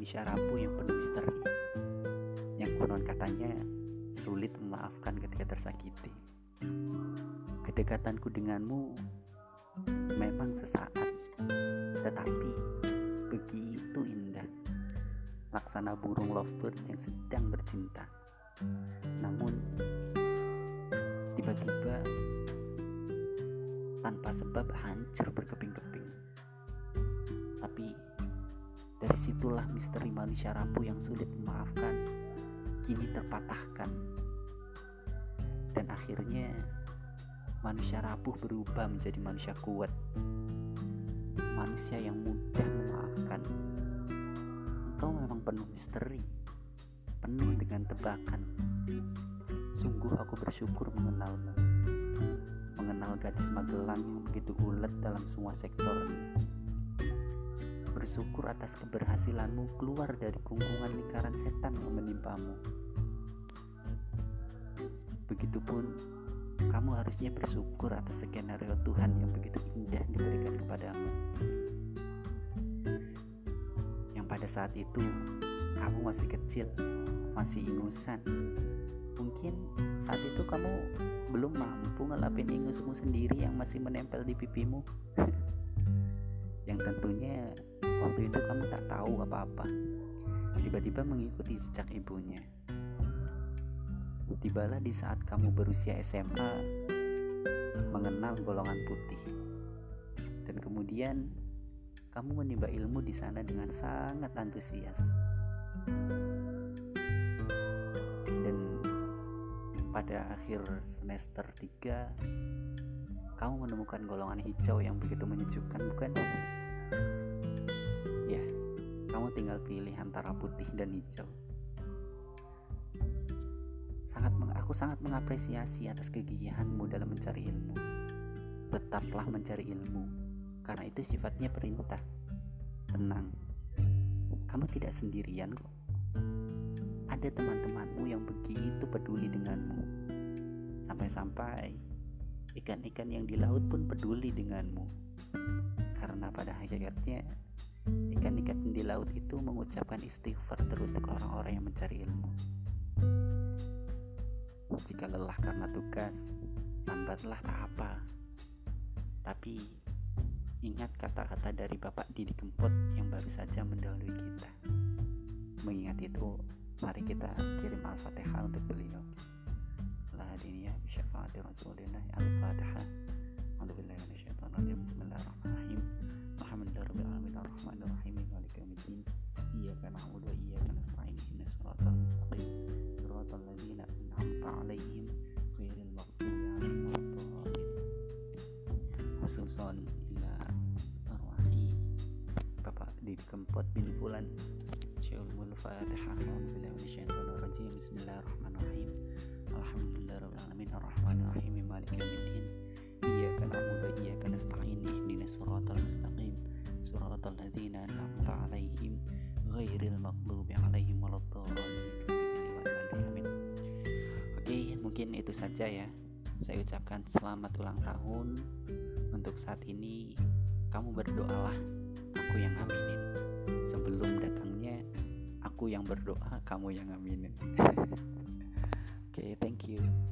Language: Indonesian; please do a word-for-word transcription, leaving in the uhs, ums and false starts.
manusia rapuh yang penuh misteri, yang konon katanya sulit memaafkan ketika tersakiti. Kedekatanku denganmu memang sesaat, tetapi begitu indah, laksana burung lovebird yang sedang bercinta. Namun tiba-tiba tanpa sebab hancur berkeping-keping. Tapi dari situlah misteri manusia rapuh yang sulit memaafkan kini terpatahkan. Dan akhirnya manusia rapuh berubah menjadi manusia kuat, manusia yang mudah memaafkan. Engkau memang penuh misteri, penuh dengan tebakan. Sungguh aku bersyukur mengenalmu, mengenal gadis Magelang yang begitu ulet dalam semua sektornya. Bersyukur atas keberhasilanmu keluar dari kungkungan lingkaran setan yang menimpamu. Begitupun kamu harusnya bersyukur atas skenario Tuhan yang begitu indah diberikan kepadamu, yang pada saat itu kamu masih kecil, masih ingusan. Mungkin saat itu kamu belum mampu ngelapin ingusmu sendiri yang masih menempel di pipimu. Yang tentunya waktu itu kamu tak tahu apa-apa, tiba-tiba mengikuti jejak ibunya. Tibalah di saat kamu berusia S M A, mengenal golongan putih, dan kemudian kamu menimba ilmu di sana dengan sangat antusias. Dan pada akhir semester tiga, kamu menemukan golongan hijau yang begitu menyejukkan, bukan? Ya, kamu tinggal pilih antara putih dan hijau. Sangat meng- aku sangat mengapresiasi atas kegigihanmu dalam mencari ilmu. Tetaplah mencari ilmu, karena itu sifatnya perintah. Tenang, kamu tidak sendirian kok. Ada teman-temanmu yang begitu peduli denganmu. Sampai-sampai ikan-ikan yang di laut pun peduli denganmu. Karena pada hakikatnya ikan-ikan di laut itu mengucapkan istighfar teruntuk orang-orang yang mencari ilmu. Jika lelah karena tugas, sambatlah tak apa. Tapi ingat kata-kata dari Bapak Didi Kempot yang baru saja mendahului kita. Mengingat itu, mari kita kirim Al-Fatihah untuk beliau. Al-Hadiniyah bisyafaati Rasulillah. Al-Fatihah. A'udzubillahi minasyaitonir rajim. Bismillahirrahmanirrahim. Alhamdulillahirabbil alamin arrahmanir rahim maliki yaumiddin. Iyyaka na'budu wa iyyaka nasta'in. Ihdinas siratal mustaqim. Siratal ladzina an'amta 'alaihim ghairil maghdubi 'alaihim waladdallin. Khususon ila arwahi Bapak Didi Kempot bin Fulan. Syaikhul Fatihah. A'udzubillahi minasyaitonir rajim. Bismillahirrahmanirrahim. Alhamdulillahirabbil alamin arrahmanir rahim maliki yaumiddin. Iyyaka na'budu wa iyyaka nasta'in. Ihdinas siratal mustaqim. Siratal ladzina an'amta 'alaihim ghairil maghdubi 'alaihim waladdallin. Amin. Oke, mungkin itu saja ya. Saya ucapkan selamat ulang tahun. Untuk saat ini kamu berdoalah, aku yang aminin. Sebelum datangnya aku yang berdoa, kamu yang aminin. Oke, okay, thank you.